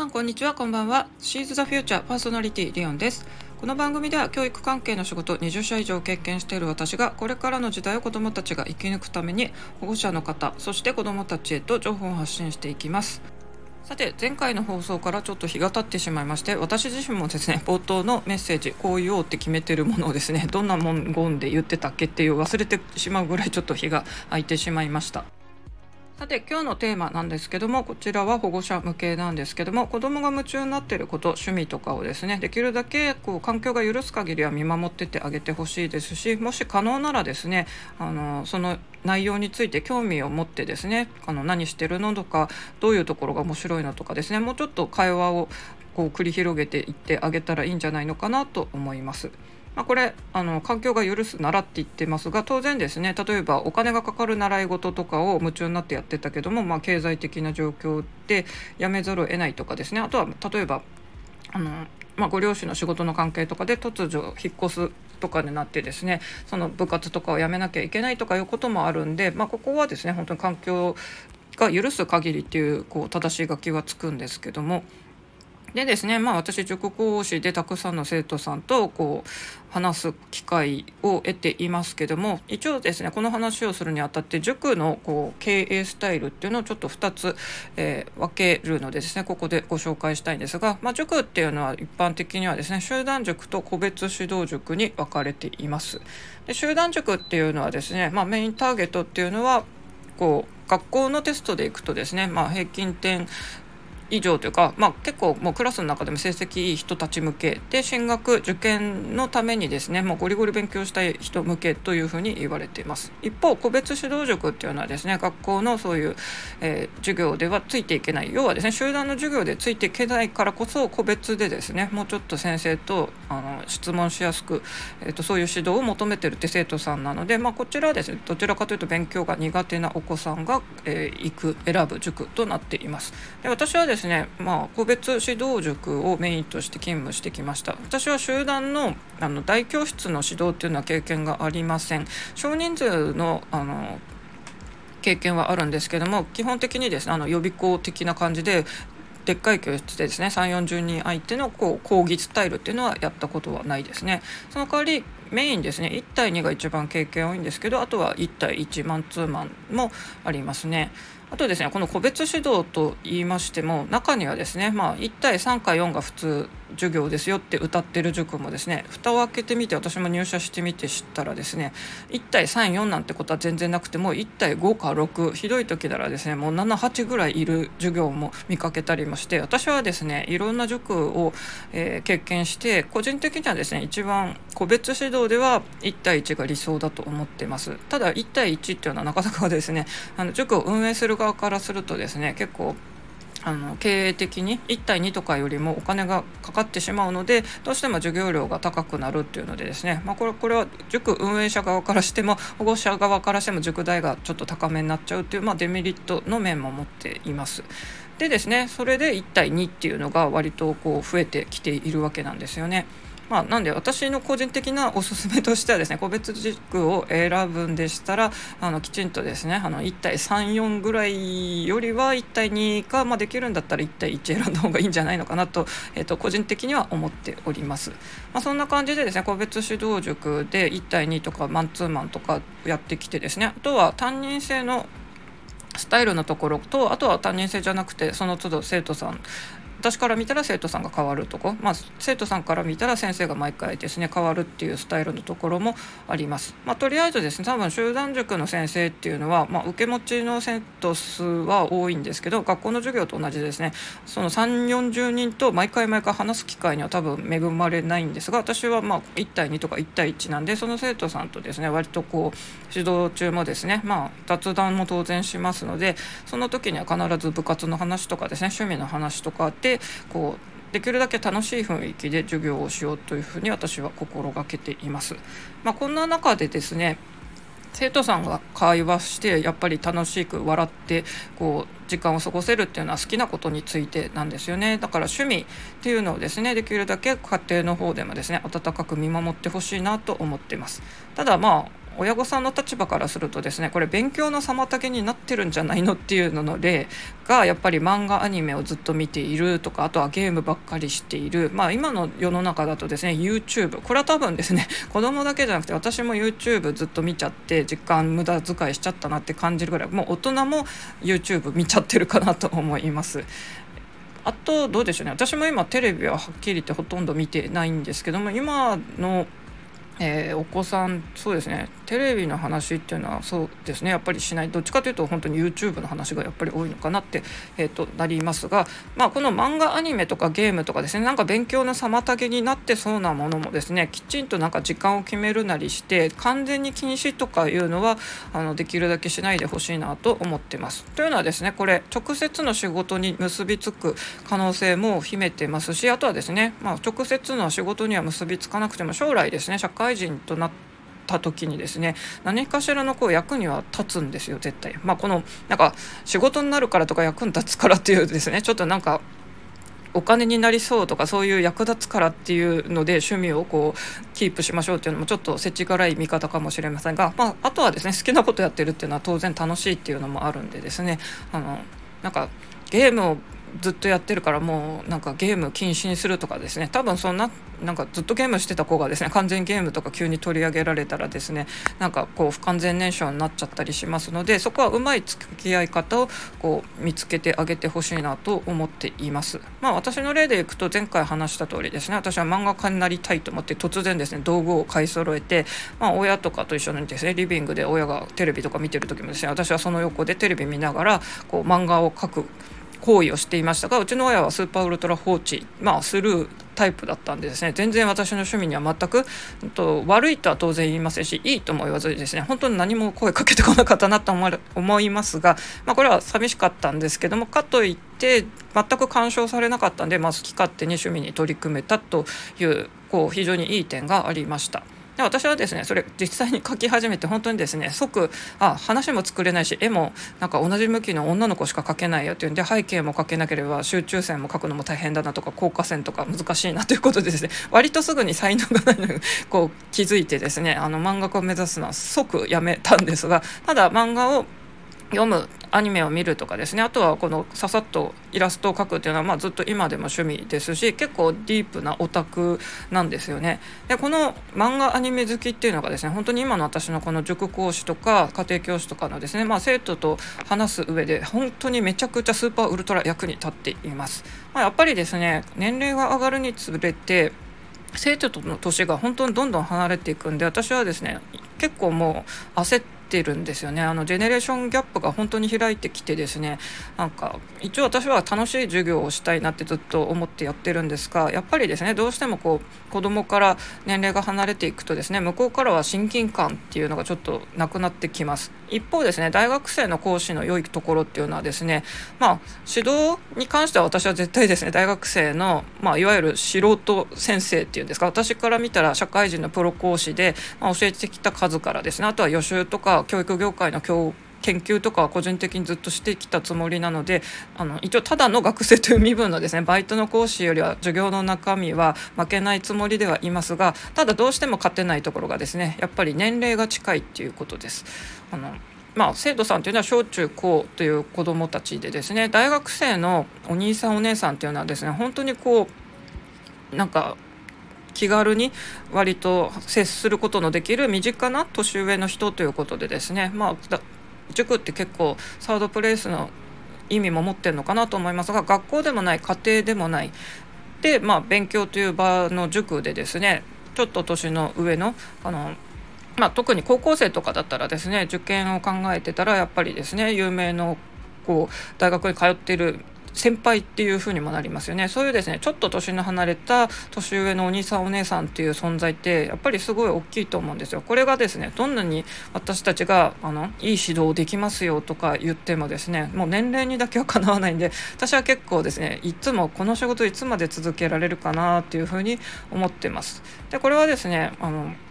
んこんにちは、こんばんは。シーズ・ザ・フューチャーパーソナリティリオンです。この番組では教育関係の仕事20社以上経験している私が、これからの時代を子どもたちが生き抜くために保護者の方、そして子どもたちへと情報を発信していきます。さて、前回の放送からちょっと日が経ってしまいまして、私自身もですね、冒頭のメッセージ、こう言おうって決めてるものをですね、どんな文言で言ってたっけっていう忘れてしまうぐらいちょっと日が空いてしまいました。さて、今日のテーマなんですけども、こちらは保護者向けなんですけども、子どもが夢中になっていること、趣味とかをですね、できるだけ環境が許す限りは見守ってってあげてほしいですし、もし可能ならですね、その内容について興味を持ってですね、何してるのとか、どういうところが面白いのとかですね、もうちょっと会話を繰り広げていってあげたらいいんじゃないのかなと思います。これ環境が許すならって言ってますが、当然ですね、例えばお金がかかる習い事とかを夢中になってやってたけども、経済的な状況でやめざるを得ないとかですね、あとは例えばご両親の仕事の関係とかで突如引っ越すとかになってですね、その部活とかをやめなきゃいけないとかいうこともあるんで、ここはですね、本当に環境が許す限りっていう正しい書きはつくんですけども、でですね、私塾講師でたくさんの生徒さんと話す機会を得ていますけども、一応ですね、この話をするにあたって塾の経営スタイルっていうのをちょっと2つ、分けるのでですね、ここでご紹介したいんですが、塾っていうのは一般的にはですね、集団塾と個別指導塾に分かれています。で、集団塾っていうのはですね、メインターゲットっていうのは学校のテストでいくとですね、平均点以上というか、結構もうクラスの中でも成績いい人たち向けで、進学受験のためにですね、もうゴリゴリ勉強したい人向けというふうに言われています。一方、個別指導塾っていうのはですね、学校のそういう、授業ではついていけない、要はですね、集団の授業でついていけないからこそ、個別でですね、もうちょっと先生と質問しやすく、そういう指導を求めてるって生徒さんなので、こちらはですね、どちらかというと勉強が苦手なお子さんが、選ぶ塾となっています。で、私はですね、個別指導塾をメインとして勤務してきました。私は集団の大教室の指導っていうのは経験がありません。少人数の経験はあるんですけども、基本的にですね、予備校的な感じででっかい教室でですね、3、40人相手の講義スタイルっていうのはやったことはないですね。その代わりメインですね、1対2が一番経験多いんですけど、あとは1対1マンツーマンもありますね。あとですね、この個別指導と言いましても、中にはですね、1対3か4が普通授業ですよって歌ってる塾もですね、蓋を開けてみて私も入社してみて知ったらですね、1対3、4なんてことは全然なくて、もう1対5か6、ひどい時ならですね、もう7、8ぐらいいる授業も見かけたりまして、私はですね、いろんな塾を、経験して、個人的にはですね、一番個別指導では1対1が理想だと思っています。ただ1対1っていうのはなかなかですね、塾を運営する側からするとですね、結構経営的に1対2とかよりもお金がかかってしまうので、どうしても授業料が高くなるっていうのでですね、これは塾運営者側からしても保護者側からしても塾代がちょっと高めになっちゃうっていう、デメリットの面も持っています。でですね、それで1対2っていうのが割と増えてきているわけなんですよね。なんで私の個人的なおすすめとしてはですね、個別塾を選ぶんでしたらきちんとですね、1対3、4ぐらいよりは1対2か、できるんだったら1対1選んだ方がいいんじゃないのかなと、個人的には思っております。そんな感じでですね、個別指導塾で1対2とかマンツーマンとかやってきてですね、あとは担任制のスタイルのところと、あとは担任制じゃなくてその都度生徒さん、私から見たら生徒さんが変わるとこ、生徒さんから見たら先生が毎回ですね変わるっていうスタイルのところもあります。とりあえずですね、多分集団塾の先生っていうのは、受け持ちの生徒数は多いんですけど、学校の授業と同じですね、その3、40人と毎回話す機会には多分恵まれないんですが、私は1対2とか1対1なんで、その生徒さんとですね割と指導中もですね、雑談も当然しますので、その時には必ず部活の話とかですね、趣味の話とかでできるだけ楽しい雰囲気で授業をしようというふうに私は心がけています。こんな中でですね、生徒さんが会話してやっぱり楽しく笑って時間を過ごせるっていうのは好きなことについてなんですよね。だから趣味っていうのをですね、できるだけ家庭の方でもですね温かく見守ってほしいなと思っています。ただ親御さんの立場からするとですね、これ勉強の妨げになってるんじゃないのっていうのの例が、やっぱり漫画アニメをずっと見ているとか、あとはゲームばっかりしている、今の世の中だとですね YouTube、 これは多分ですね子供だけじゃなくて私も YouTube ずっと見ちゃって時間無駄遣いしちゃったなって感じるぐらい、もう大人も YouTube 見ちゃってるかなと思います。あとどうでしょうね、私も今テレビははっきり言ってほとんど見てないんですけども、今のお子さん、そうですね、テレビの話っていうのはそうですね、やっぱりしない、どっちかというと本当に YouTube の話がやっぱり多いのかなって、なりますが、この漫画アニメとかゲームとかですね、なんか勉強の妨げになってそうなものもですね、きちんとなんか時間を決めるなりして完全に禁止とかいうのはできるだけしないでほしいなと思ってます。というのはですね、これ直接の仕事に結びつく可能性も秘めてますし、あとはですね、直接の仕事には結びつかなくても将来ですね、社会人となった時にですね、何かしらの役には立つんですよ絶対。このなんか仕事になるからとか役に立つからっていうですね、ちょっとなんかお金になりそうとかそういう役立つからっていうので趣味をキープしましょうっていうのもちょっと世知辛い見方かもしれませんが、あとはですね、好きなことやってるっていうのは当然楽しいっていうのもあるんでですね、なんかゲームをずっとやってるからもうなんかゲーム禁止にするとかですね、多分なんかずっとゲームしてた子がですね、完全ゲームとか急に取り上げられたらですね、なんか不完全燃焼になっちゃったりしますので、そこはうまい付き合い方を見つけてあげてほしいなと思っています。私の例でいくと前回話した通りですね、私は漫画家になりたいと思って突然ですね道具を買い揃えて、親とかと一緒にですねリビングで親がテレビとか見てる時もですね、私はその横でテレビ見ながら漫画を描く行為をしていましたが、うちの親はスーパーウルトラ放置、スルータイプだったんでですね、全然私の趣味には全く悪いとは当然言いませんし、いいとも言わずにですね、本当に何も声かけてこなかったなと思いますが、これは寂しかったんですけども、かといって全く干渉されなかったんで、好き勝手に趣味に取り組めたという非常にいい点がありました。で私はですね、それ実際に描き始めて本当にですね、即話も作れないし絵もなんか同じ向きの女の子しか描けないよっていうんで、背景も描けなければ集中線も描くのも大変だなとか効果線とか難しいなということでですね、割とすぐに才能がないのに気づいてですね、漫画家を目指すのは即やめたんですが、ただ漫画を読む、アニメを見るとかですね、あとはささっとイラストを描くっていうのはずっと今でも趣味ですし、結構ディープなオタクなんですよね。でこの漫画アニメ好きっていうのがですね、本当に今の私のこの塾講師とか家庭教師とかのですね、生徒と話す上で本当にめちゃくちゃスーパーウルトラ役に立っています。やっぱりですね、年齢が上がるにつれて生徒との年が本当にどんどん離れていくんで、私はですね結構もう焦ってるんですよね。ジェネレーションギャップが本当に開いてきてですね、なんか一応私は楽しい授業をしたいなってずっと思ってやってるんですが、やっぱりですねどうしても子供から年齢が離れていくとですね、向こうからは親近感っていうのがちょっとなくなってきます。一方ですね、大学生の講師の良いところっていうのはですね、指導に関しては私は絶対ですね、大学生の、いわゆる素人先生っていうんですか、私から見たら社会人のプロ講師で、教えてきた数からですね、あとは予習とか教育業界の研究とかは個人的にずっとしてきたつもりなので、一応ただの学生という身分のですねバイトの講師よりは授業の中身は負けないつもりではいますが、ただどうしても勝てないところがですね、やっぱり年齢が近いっていうことです。生徒さんというのは小中高という子どもたちでですね、大学生のお兄さんお姉さんというのはですね、本当になんか気軽に割と接することのできる身近な年上の人ということでですね、塾って結構サードプレイスの意味も持ってるのかなと思いますが、学校でもない家庭でもないで、勉強という場の塾でですね、ちょっと年の上の特に高校生とかだったらですね、受験を考えてたらやっぱりですね、有名の大学に通っている先輩っていう風にもなりますよね。そういうですねちょっと年の離れた年上のお兄さんお姉さんっていう存在ってやっぱりすごい大きいと思うんですよ。これがですね、どんなに私たちがいい指導できますよとか言ってもですね、もう年齢にだけはかなわないんで、私は結構ですね、いつもこの仕事いつまで続けられるかなっていう風に思ってます。でこれはですね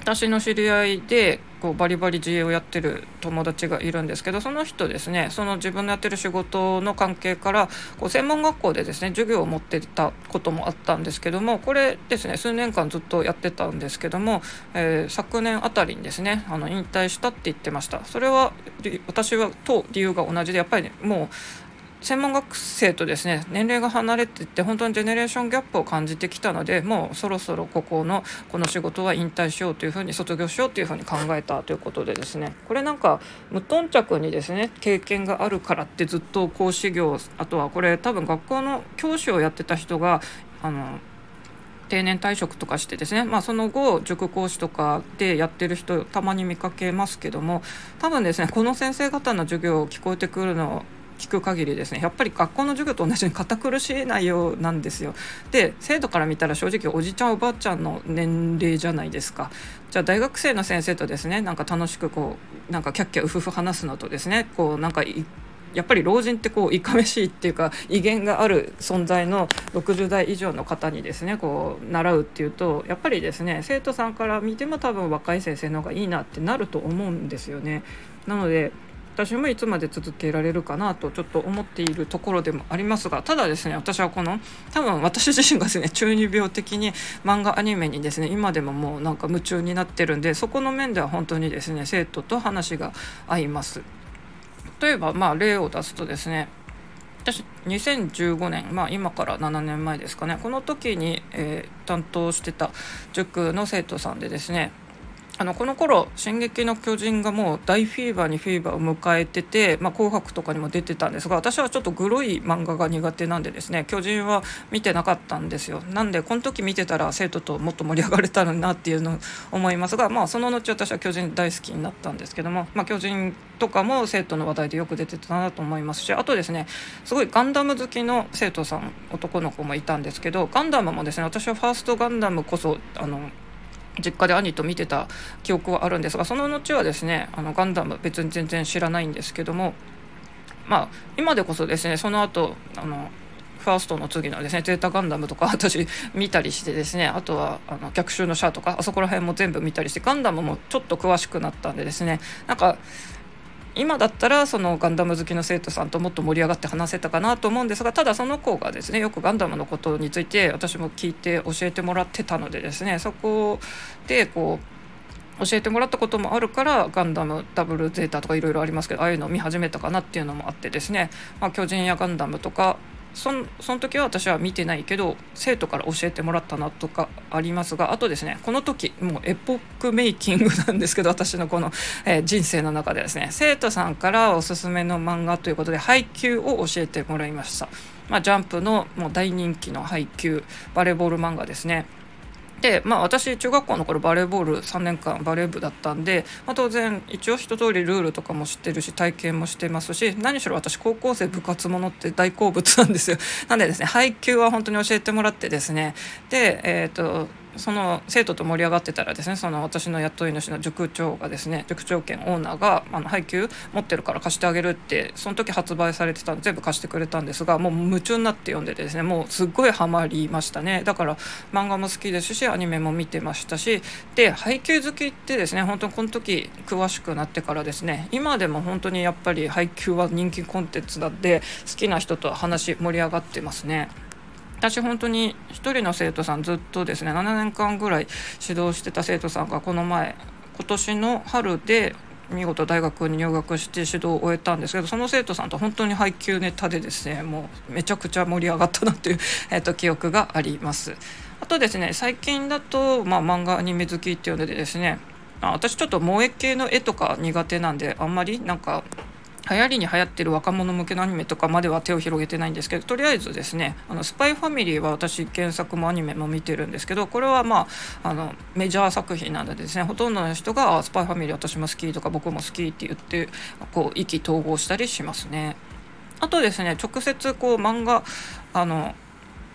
私の知り合いでこうバリバリ自営をやってる友達がいるんですけど、その人ですね、その自分のやってる仕事の関係からこう専門学校でですね授業を持ってたこともあったんですけども、これですね数年間ずっとやってたんですけども、昨年あたりにですね引退したって言ってました。それは私はと理由が同じで、やっぱりねもう専門学生とですね年齢が離れていって本当にジェネレーションギャップを感じてきたので、もうそろそろこの仕事は引退しようというふうに、卒業しようというふうに考えたということでですね、これなんか無頓着にですね経験があるからってずっと講師業、あとはこれ多分学校の教師をやってた人が定年退職とかしてですね、その後塾講師とかでやってる人たまに見かけますけども、多分ですねこの先生方の授業聞こえてくるの聞く限りですね、やっぱり学校の授業と同じように堅苦しい内容なんですよ。で生徒から見たら正直おじちゃんおばあちゃんの年齢じゃないですか。じゃあ大学生の先生とですねなんか楽しくなんかキャッキャウフフ話すのとですね、なんかやっぱり老人っていかめしいっていうか威厳がある存在の60代以上の方にですね習うっていうと、やっぱりですね生徒さんから見ても多分若い先生の方がいいなってなると思うんですよね。なので私もいつまで続けられるかなとちょっと思っているところでもありますが、ただですね私は多分私自身がですね中二病的に漫画アニメにですね今でももうなんか夢中になってるんで、そこの面では本当にですね生徒と話が合います。例えば例を出すとですね、私2015年、今から7年前ですかね、この時に、担当してた塾の生徒さんでですね、この頃進撃の巨人がもう大フィーバーにフィーバーを迎えてて、紅白とかにも出てたんですが、私はちょっとグロい漫画が苦手なんでですね巨人は見てなかったんですよ。なんでこの時見てたら生徒ともっと盛り上がれたのになっていうのを思いますが、その後私は巨人大好きになったんですけども、巨人とかも生徒の話題でよく出てたなと思いますし、あとですねすごいガンダム好きの生徒さん男の子もいたんですけど、ガンダムもですね私はファーストガンダムこそ実家で兄と見てた記憶はあるんですが、その後はですねガンダム別に全然知らないんですけども、今でこそですねその後ファーストの次のですねゼータガンダムとか私見たりしてですね、あとは逆襲のシャアとかあそこら辺も全部見たりして、ガンダムもちょっと詳しくなったんでですね、なんか今だったらそのガンダム好きの生徒さんともっと盛り上がって話せたかなと思うんですが、ただその子がですねよくガンダムのことについて私も聞いて教えてもらってたのでですね、そこで教えてもらったこともあるからガンダムダブルゼータとかいろいろありますけど、ああいうのを見始めたかなっていうのもあってですね、巨人やガンダムとかその時は私は見てないけど生徒から教えてもらったなとかありますが、あとですねこの時もうエポックメイキングなんですけど、私のこの、人生の中でですね生徒さんからおすすめの漫画ということで配給を教えてもらいました。ジャンプのもう大人気の配給バレーボール漫画ですね。で私中学校の頃バレーボール3年間バレー部だったんで、当然一応一通りルールとかも知ってるし体験もしてますし、何しろ私高校生部活ものって大好物なんですよ。なんでですね配球は本当に教えてもらってですね、でその生徒と盛り上がってたらですね、その私の雇い主の塾長がですね、塾長兼オーナーが配給持ってるから貸してあげるって、その時発売されてたの全部貸してくれたんですが、もう夢中になって読んでてですね、もうすっごいハマりましたね。だから漫画も好きですしアニメも見てましたし、で配給好きってですね本当にこの時詳しくなってからですね、今でも本当にやっぱり配給は人気コンテンツなんで好きな人と話盛り上がってますね。私本当に一人の生徒さんずっとですね7年間ぐらい指導してた生徒さんが今年の春で見事大学に入学して指導を終えたんですけど、その生徒さんと本当に配給ネタでですねもうめちゃくちゃ盛り上がったなという、記憶があります。あとですね最近だと、漫画アニメ好きっていうのでですね、私ちょっと萌え系の絵とか苦手なんであんまり流行りに流行ってる若者向けのアニメとかまでは手を広げてないんですけど、とりあえずですねスパイファミリーは私原作もアニメも見てるんですけど、これはメジャー作品なのでですね、ほとんどの人がスパイファミリー私も好きとか僕も好きって言って意気投合したりしますね。あとですね直接漫画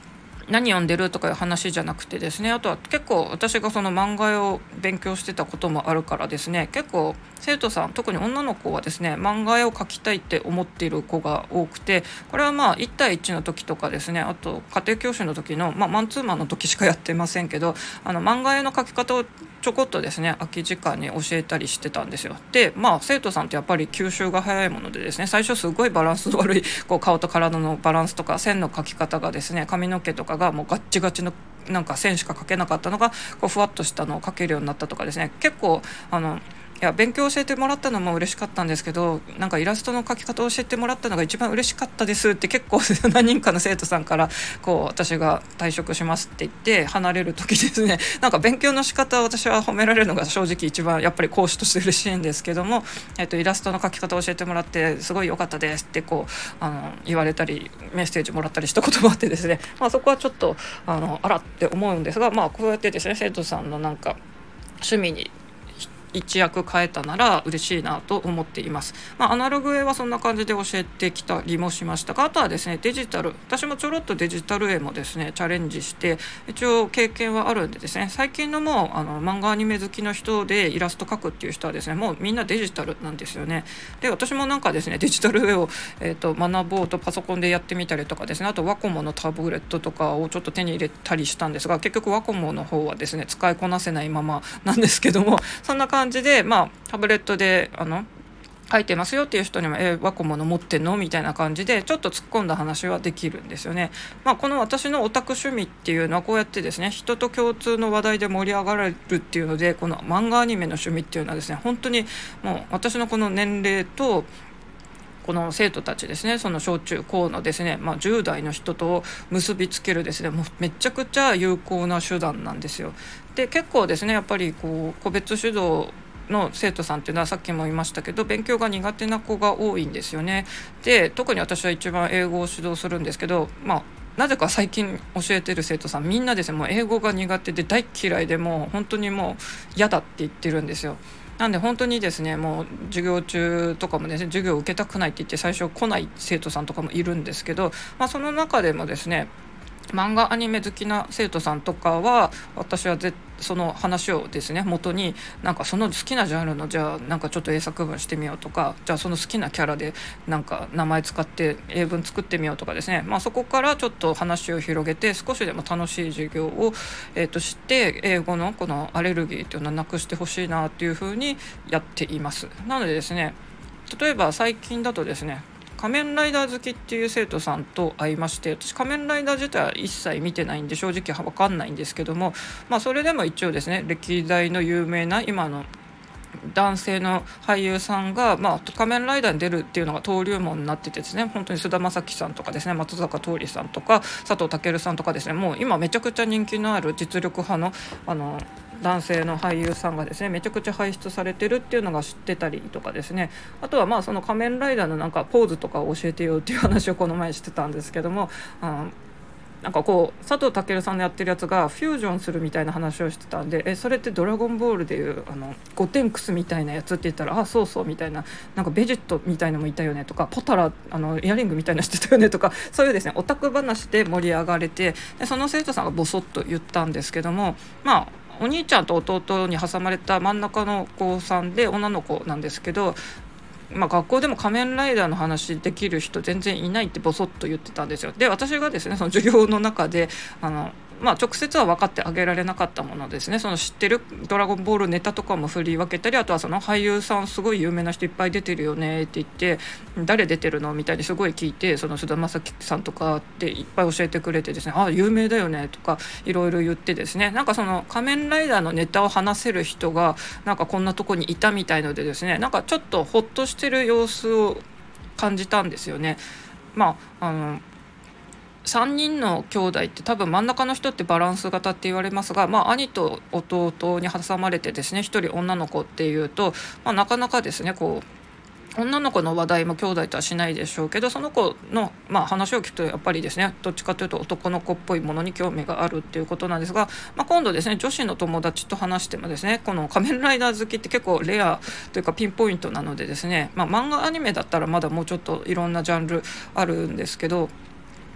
何読んでるとかいう話じゃなくてですね、あとは結構私がその漫画を勉強してたこともあるからですね、結構生徒さん、特に女の子はですね、漫画絵を描きたいって思っている子が多くて、これはまあ1対1の時とかですね、あと家庭教師の時の、マンツーマンの時しかやってませんけど、漫画絵の描き方をちょこっとですね空き時間に教えたりしてたんですよ。で生徒さんってやっぱり吸収が早いものでですね、最初すごいバランス悪いこう顔と体のバランスとか線の描き方がですね、髪の毛とかがもうガッチガチのなんか線しか描けなかったのがこうふわっとしたのを描けるようになったとかですね、結構いや勉強教えてもらったのも嬉しかったんですけど、なんかイラストの描き方を教えてもらったのが一番嬉しかったですって結構何人かの生徒さんからこう私が退職しますって言って離れる時ですね、なんか勉強の仕方を私は褒められるのが正直一番やっぱり講師として嬉しいんですけども、イラストの描き方を教えてもらってすごい良かったですってこう言われたりメッセージもらったりしたこともあってですね、そこはちょっとあらって思うんですが、こうやってですね生徒さんのなんか趣味に一役変えたなら嬉しいなと思っています。アナログ絵はそんな感じで教えてきたりもしましたが、あとはですねデジタル、私もちょろっとデジタル絵もですねチャレンジして一応経験はあるんでですね、最近のもう漫画アニメ好きの人でイラスト描くっていう人はですねもうみんなデジタルなんですよね。で私もなんかですねデジタル絵を、学ぼうとパソコンでやってみたりとかですね、あとワコモのタブレットとかをちょっと手に入れたりしたんですが、結局ワコモの方はですね使いこなせないままなんですけども、そんな感じでタブレットで書いてますよっていう人にもワコモの持ってんのみたいな感じでちょっと突っ込んだ話はできるんですよね。この私のオタク趣味っていうのはこうやってですね人と共通の話題で盛り上がれるっていうので、この漫画アニメの趣味っていうのはですね本当にもう私のこの年齢とこの生徒たちですね、その小中高のですね、10代の人と結びつけるですねもうめちゃくちゃ有効な手段なんですよ。で結構ですねやっぱりこう個別指導の生徒さんっていうのはさっきも言いましたけど勉強が苦手な子が多いんですよね。で特に私は一番英語を指導するんですけど、なぜか最近教えてる生徒さんみんなですねもう英語が苦手で大嫌いでもう本当にもう嫌だって言ってるんですよ。なんで本当にですねもう授業中とかもですね授業を受けたくないって言って最初来ない生徒さんとかもいるんですけど、その中でもですね漫画アニメ好きな生徒さんとかは私はその話をですね元になんかその好きなジャンルのじゃあなんかちょっと英作文してみようとか、じゃあその好きなキャラでなんか名前使って英文作ってみようとかですね、そこからちょっと話を広げて少しでも楽しい授業を、して英語のこのアレルギーっていうのをなくしてほしいなっていうふうにやっています。なのでですね例えば最近だとですね仮面ライダー好きっていう生徒さんと会いまして、私仮面ライダー自体は一切見てないんで正直分かんないんですけども、それでも一応ですね歴代の有名な今の男性の俳優さんが、仮面ライダーに出るっていうのが登竜門になっててですね、本当に菅田将暉さんとかですね松坂桃李さんとか佐藤健さんとかですね、もう今めちゃくちゃ人気のある実力派の男性の俳優さんがですねめちゃくちゃ輩出されてるっていうのが知ってたりとかですね、あとはその仮面ライダーのなんかポーズとかを教えてよっていう話をこの前してたんですけども、なんかこう佐藤健さんのやってるやつがフュージョンするみたいな話をしてたんで、それってドラゴンボールでいうゴテンクスみたいなやつって言ったらそうそうみたいな、なんかベジェットみたいのもいたよねとか、ポタライヤリングみたいなしてたよねとか、そういうですねオタク話で盛り上がれて、でその生徒さんがボソッと言ったんですけども、お兄ちゃんと弟に挟まれた真ん中の子さんで女の子なんですけど、学校でも仮面ライダーの話できる人全然いないってボソッと言ってたんですよ。で私がですねその授業の中で直接は分かってあげられなかったものですね、その知ってるドラゴンボールネタとかも振り分けたり、あとはその俳優さんすごい有名な人いっぱい出てるよねって言って誰出てるのみたいにすごい聞いて、その菅田将暉さんとかっていっぱい教えてくれてですね、有名だよねとかいろいろ言ってですね、なんかその仮面ライダーのネタを話せる人がなんかこんなとこにいたみたいのでですね、なんかちょっとほっとしてる様子を感じたんですよね。3人の兄弟って多分真ん中の人ってバランス型って言われますが、兄と弟に挟まれてですね1人女の子っていうと、なかなかですねこう女の子の話題も兄弟とはしないでしょうけど、その子の、話を聞くとやっぱりですねどっちかというと男の子っぽいものに興味があるっていうことなんですが、今度ですね女子の友達と話してもですねこの仮面ライダー好きって結構レアというかピンポイントなのでですね、漫画アニメだったらまだもうちょっといろんなジャンルあるんですけど、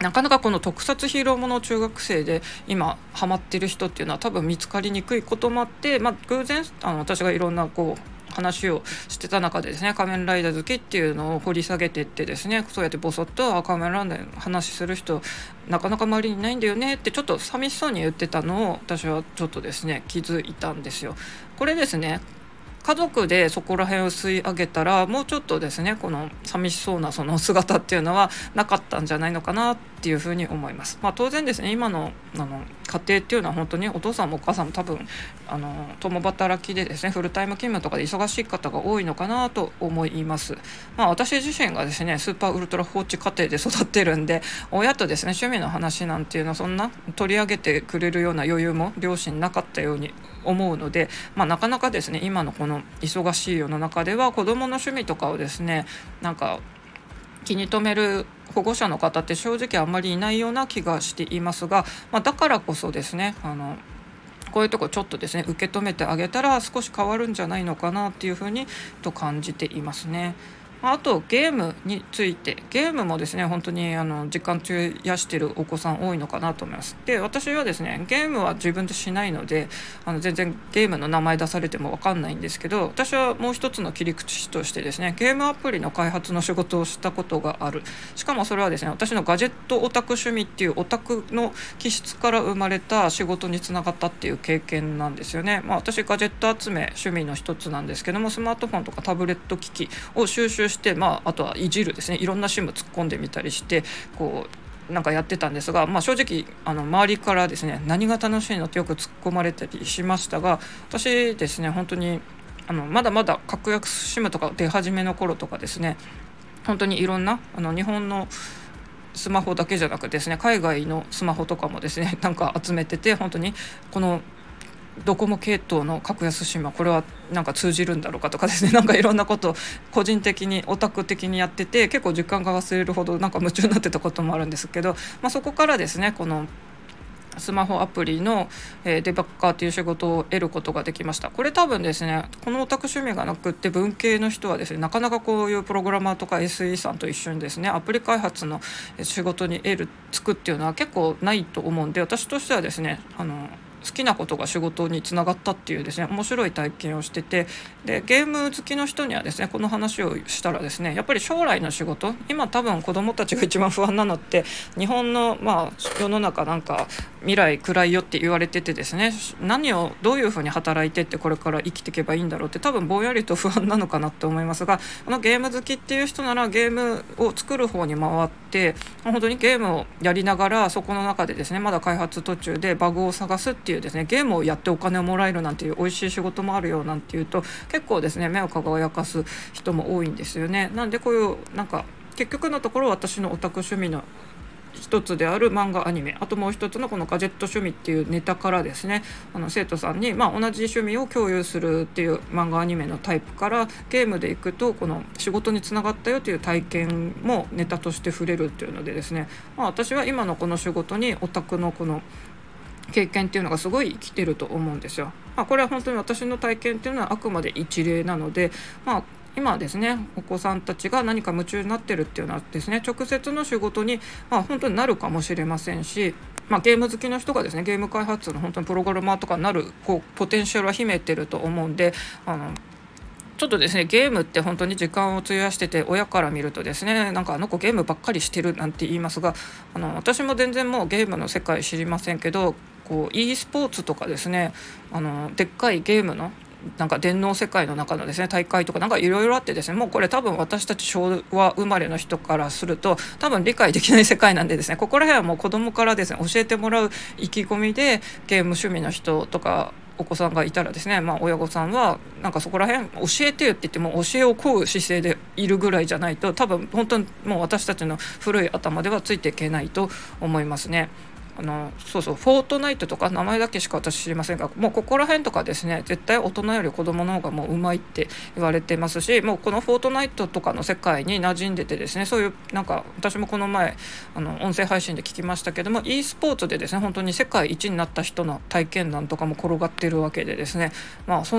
なかなかこの特撮ヒーローもの中学生で今ハマってる人っていうのは多分見つかりにくいこともあって、偶然私がいろんな話をしてた中でですね、仮面ライダー好きっていうのを掘り下げていってですね、そうやってボソッと仮面ライダーの話する人なかなか周りにいないんだよねってちょっと寂しそうに言ってたのを私はちょっとですね気づいたんですよ。これですね、家族でそこら辺を吸い上げたらもうちょっとですねこの寂しそうなその姿っていうのはなかったんじゃないのかなっていうふうに思います。当然ですね、今の家庭っていうのは本当にお父さんもお母さんも多分共働きでですねフルタイム勤務とかで忙しい方が多いのかなと思います。私自身がですねスーパーウルトラ放置家庭で育ってるんで、親とですね趣味の話なんていうのはそんな取り上げてくれるような余裕も両親なかったように思うので、なかなかですね今のこの忙しい世の中では子どもの趣味とかをですね気に留める保護者の方って正直あんまりいないような気がしていますが、だからこそですねこういうとこちょっとですね受け止めてあげたら少し変わるんじゃないのかなっていうふうにと感じていますね。あとゲームについて、ゲームもですね本当に時間費やしてるお子さん多いのかなと思います。で、私はですねゲームは自分でしないので全然ゲームの名前出されても分かんないんですけど、私はもう一つの切り口としてですねゲームアプリの開発の仕事をしたことがある。しかもそれはですね私のガジェットオタク趣味っていうオタクの気質から生まれた仕事につながったっていう経験なんですよね。私ガジェット集め趣味の一つなんですけども、スマートフォンとかタブレット機器を収集して、あとはいじるですね、いろんな SIM 突っ込んでみたりしてやってたんですが、正直周りからですね何が楽しいのってよく突っ込まれたりしましたが、私ですね本当にまだまだ格安 SIM とか出始めの頃とかですね、本当にいろんな日本のスマホだけじゃなくですね海外のスマホとかもですね集めてて、本当にこのドコモ系統の格安 SIM はこれは通じるんだろうかとかですねいろんなことを個人的にオタク的にやってて、結構時間が忘れるほど夢中になってたこともあるんですけど、そこからですねこのスマホアプリのデバッカーという仕事を得ることができました。これ多分ですねこのオタク趣味がなくって文系の人はですねなかなかこういうプログラマーとか SE さんと一緒にですねアプリ開発の仕事に就くっていうのは結構ないと思うんで、私としてはですね好きなことが仕事につながったっていうですね面白い体験をしてて、でゲーム好きの人にはですねこの話をしたらですねやっぱり将来の仕事、今多分子どもたちが一番不安なのって日本の世の中未来暗いよって言われててですね、何をどういうふうに働いてってこれから生きていけばいいんだろうって多分ぼんやりと不安なのかなって思いますが、ゲーム好きっていう人ならゲームを作る方に回って本当にゲームをやりながらそこの中でですねまだ開発途中でバグを探すっていうですねゲームをやってお金をもらえるなんていう美味しい仕事もあるよなんていうと結構ですね目を輝かす人も多いんですよね。なんでこういう結局のところ私のオタク趣味の一つである漫画アニメ、あともう一つのこのガジェット趣味っていうネタからですね生徒さんに同じ趣味を共有するっていう漫画アニメのタイプからゲームでいくとこの仕事につながったよという体験もネタとして触れるっていうのでですね、私は今のこの仕事にオタクのこの経験っていうのがすごい生きてると思うんですよ。これは本当に私の体験っていうのはあくまで一例なので、今ですねお子さんたちが何か夢中になってるっていうのはですね直接の仕事に本当になるかもしれませんし、ゲーム好きの人がですねゲーム開発の本当にプログラマーとかになるポテンシャルは秘めてると思うんで、ちょっとですねゲームって本当に時間を費やしてて親から見るとですねあの子ゲームばっかりしてるなんて言いますが、私も全然もうゲームの世界知りませんけどe スポーツとかですねでっかいゲームの電脳世界の中のですね大会とかいろいろあってですね、もうこれ多分私たち昭和生まれの人からすると多分理解できない世界なんでですね、ここら辺はもう子供からですね教えてもらう意気込みでゲーム趣味の人とかお子さんがいたらですね、親御さんはそこら辺教えてよって言っても教えを請う姿勢でいるぐらいじゃないと多分本当にもう私たちの古い頭ではついていけないと思いますね。フォートナイトとか名前だけしか私知りませんが、もうここら辺とかですね絶対大人より子供の方がもううまいって言われてますし、もうこのフォートナイトとかの世界に馴染んでてですね、そういう私もこの前音声配信で聞きましたけども e スポーツでですね本当に世界一になった人の体験談とかも転がってるわけでですね、そんな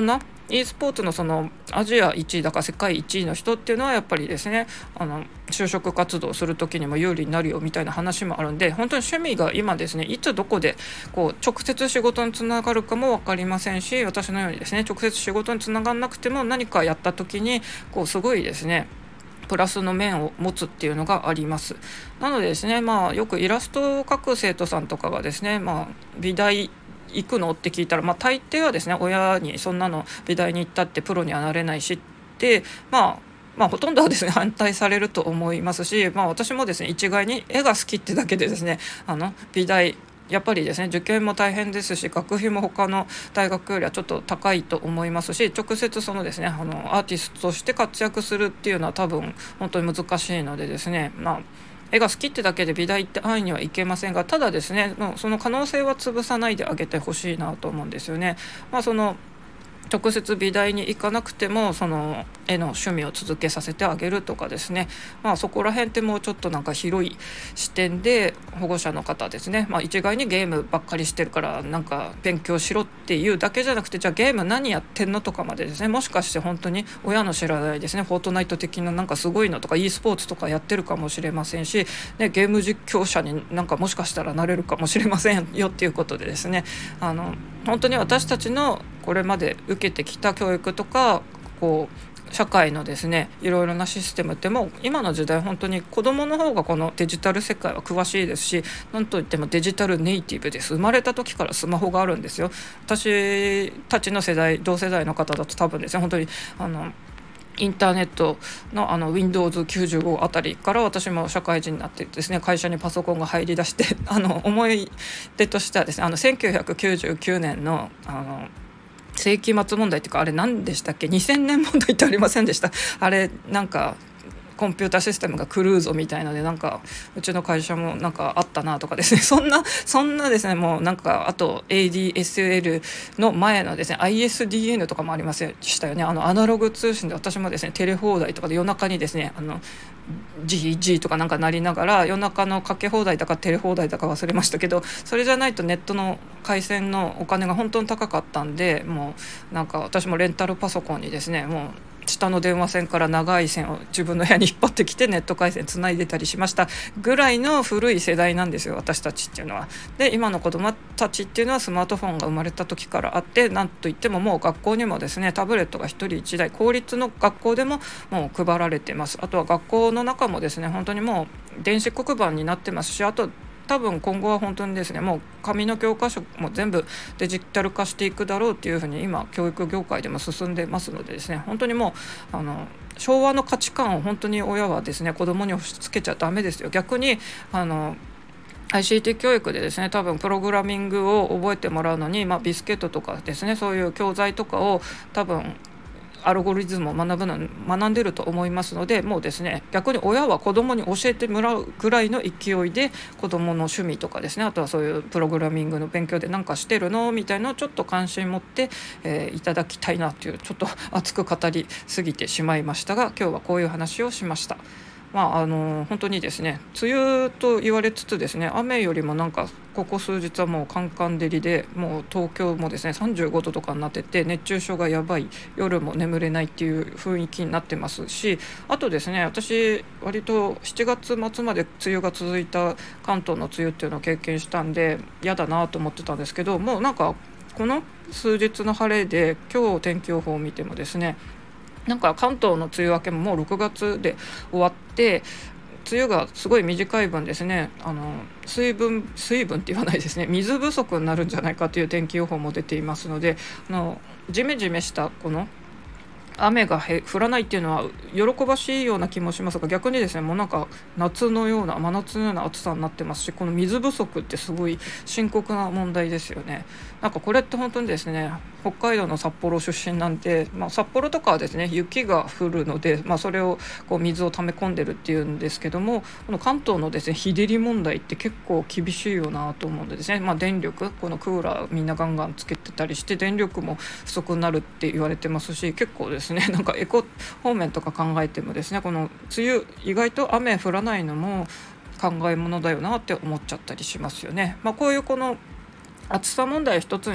e スポーツのそのアジア1位だか世界1位の人っていうのはやっぱりですね就職活動する時にも有利になるよみたいな話もあるんで、本当に趣味が今ですねいつどこでこう直接仕事につながるかも分かりませんし、私のようにですね直接仕事につながらなくても何かやった時にこうすごいですねプラスの面を持つっていうのがあります。なのでですね、よくイラストを描く生徒さんとかがですね、美大行くのって聞いたら、大抵はですね親にそんなの美大に行ったってプロにはなれないしってほとんどはですね反対されると思いますし、私もですね一概に絵が好きってだけでですね美大やっぱりですね受験も大変ですし学費も他の大学よりはちょっと高いと思いますし、直接そのですねアーティストとして活躍するっていうのは多分本当に難しいのでですね、絵が好きってだけで美大って安易にはいけませんが、ただですねその可能性は潰さないであげてほしいなと思うんですよね。その直接美大に行かなくてもその絵の趣味を続けさせてあげるとかですね、そこら辺ってもうちょっとなんか広い視点で保護者の方ですね、一概にゲームばっかりしてるからなんか勉強しろっていうだけじゃなくて、じゃあゲーム何やってんのとかまでですね、もしかして本当に親の知らないですねフォートナイト的ななんかすごいのとか e スポーツとかやってるかもしれませんし、ゲーム実況者になんかもしかしたらなれるかもしれませんよっていうことでですね、本当に私たちのこれまで受けてきた教育とかこう社会のですねいろいろなシステムってもう今の時代本当に子どもの方がこのデジタル世界は詳しいですし、なんといってもデジタルネイティブです。生まれた時からスマホがあるんですよ。私たちの世代同世代の方だと多分ですね本当にインターネットのWindows95 あたりから私も社会人になってですね会社にパソコンが入り出して思い出としてはですね1999年の世紀末問題っていうか、あれ何でしたっけ、2000年問題ってありませんでした？あれなんかコンピューターシステムが狂うぞみたいので、なんかうちの会社もなんかあったなとかですね、そんなですね、もうなんかあと ADSL の前のですね ISDN とかもありませんでしたよね。アナログ通信で私もですねテレ放題とかで夜中にですねGG とかなんか鳴りながら夜中のかけ放題だかテレ放題だか忘れましたけど、それじゃないとネットの回線のお金が本当に高かったんで、もうなんか私もレンタルパソコンにですねもう下の電話線から長い線を自分の部屋に引っ張ってきてネット回線つないでたりしましたぐらいの古い世代なんですよ私たちっていうのは。で今の子どもたちっていうのはスマートフォンが生まれた時からあって、なんといってももう学校にもですねタブレットが1人1台公立の学校でももう配られてます。あとは学校の中もですね本当にもう電子黒板になってますし、あと多分今後は本当にですねもう紙の教科書も全部デジタル化していくだろうっていうふうに今教育業界でも進んでますのでですね、本当にもう昭和の価値観を本当に親はですね子どもに押し付けちゃダメですよ。逆にICT 教育でですね多分プログラミングを覚えてもらうのに、ビスケットとかですねそういう教材とかを多分アルゴリズムを学んでると思いますので、もうですね逆に親は子どもに教えてもらうぐらいの勢いで子どもの趣味とかですね、あとはそういうプログラミングの勉強で何かしてるのみたいなのをちょっと関心持って、いただきたいなという、ちょっと熱く語りすぎてしまいましたが、今日はこういう話をしました。本当にですね梅雨と言われつつですね雨よりもなんかここ数日はもうカンカン照りで、もう東京もですね35度とかになってて熱中症がやばい、夜も眠れないっていう雰囲気になってますし、あとですね私割と7月末まで梅雨が続いた関東の梅雨っていうのを経験したんで嫌だなと思ってたんですけど、もうなんかこの数日の晴れで今日天気予報を見てもですねなんか関東の梅雨明けももう6月で終わって、梅雨がすごい短い分ですね水分って言わないですね水不足になるんじゃないかという天気予報も出ていますので、ジメジメしたこの雨が降らないっていうのは喜ばしいような気もしますが、逆にですねもうなんか夏のような真夏のような暑さになってますし、この水不足ってすごい深刻な問題ですよね。なんかこれって本当にですね北海道の札幌出身なんで、札幌とかはですね雪が降るので、それをこう水を溜め込んでるっていうんですけども、この関東のですね日照り問題って結構厳しいよなと思うんでですね、電力このクーラーみんなガンガンつけてたりして電力も不足になるって言われてますし、結構ですねなんかエコ方面とか考えてもですねこの梅雨意外と雨降らないのも考えものだよなって思っちゃったりしますよね。こういうこの暑さ問題一つに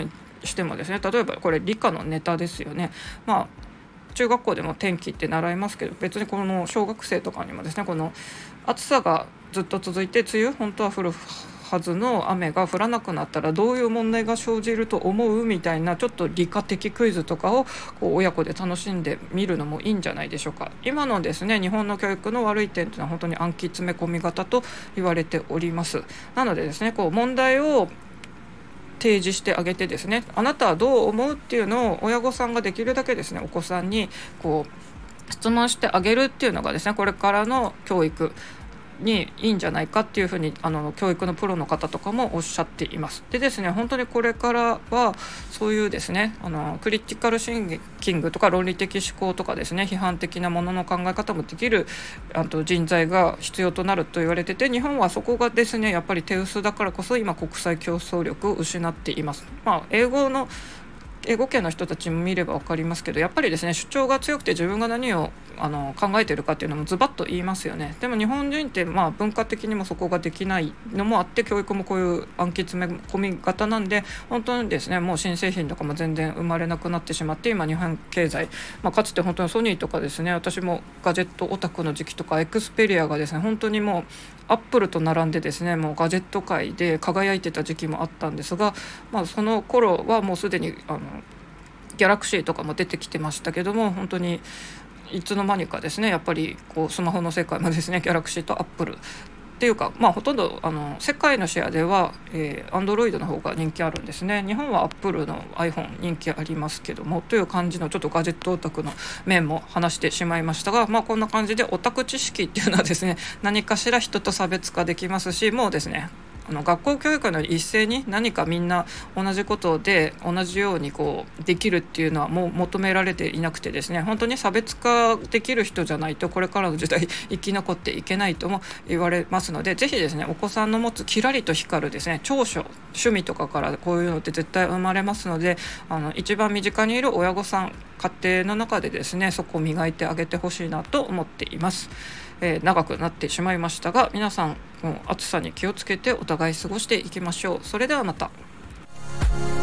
してもですね、例えばこれ理科のネタですよね。中学校でも天気って習いますけど、別にこの小学生とかにもですね、この暑さがずっと続いて梅雨本当は降るはずの雨が降らなくなったらどういう問題が生じると思うみたいなちょっと理科的クイズとかを親子で楽しんでみるのもいいんじゃないでしょうか。今のですね日本の教育の悪い点というのは本当に暗記詰め込み型と言われております。なのでですね問題を提示してあげてですね、あなたはどう思うっていうのを親御さんができるだけですねお子さんに質問してあげるっていうのがですねこれからの教育にいいんじゃないかっていうふうに教育のプロの方とかもおっしゃっています。でですね本当にこれからはそういうですねクリティカルシンキングとか論理的思考とかですね批判的なものの考え方もできる人材が必要となると言われてて、日本はそこがですねやっぱり手薄だからこそ今国際競争力を失っています。英語圏の人たちも見れば分かりますけど、やっぱりですね主張が強くて自分が何を考えているかっていうのもズバッと言いますよね。でも日本人って文化的にもそこができないのもあって、教育もこういう暗記詰め込み型なんで本当にですねもう新製品とかも全然生まれなくなってしまって、今日本経済、かつて本当にソニーとかですね、私もガジェットオタクの時期とかエクスペリアがですね本当にもうアップルと並んでですねもうガジェット界で輝いてた時期もあったんですが、その頃はもうすでにギャラクシーとかも出てきてましたけども、本当にいつの間にかですねやっぱりスマホの世界もですねギャラクシーとアップルっていうか、ほとんど世界のシェアではAndroid の方が人気あるんですね。日本はアップルの iPhone 人気ありますけどもという感じのちょっとガジェットオタクの面も話してしまいましたが、こんな感じでオタク知識っていうのはですね何かしら人と差別化できますし、もうですね学校教育の一斉に何かみんな同じことで同じようにできるっていうのはもう求められていなくてですね、本当に差別化できる人じゃないとこれからの時代生き残っていけないとも言われますので、ぜひですねお子さんの持つキラリと光るですね長所趣味とかからこういうのって絶対生まれますので、一番身近にいる親御さん家庭の中でですねそこを磨いてあげてほしいなと思っています。長くなってしまいましたが、皆さん暑さに気をつけてお互い過ごしていきましょう。それではまた。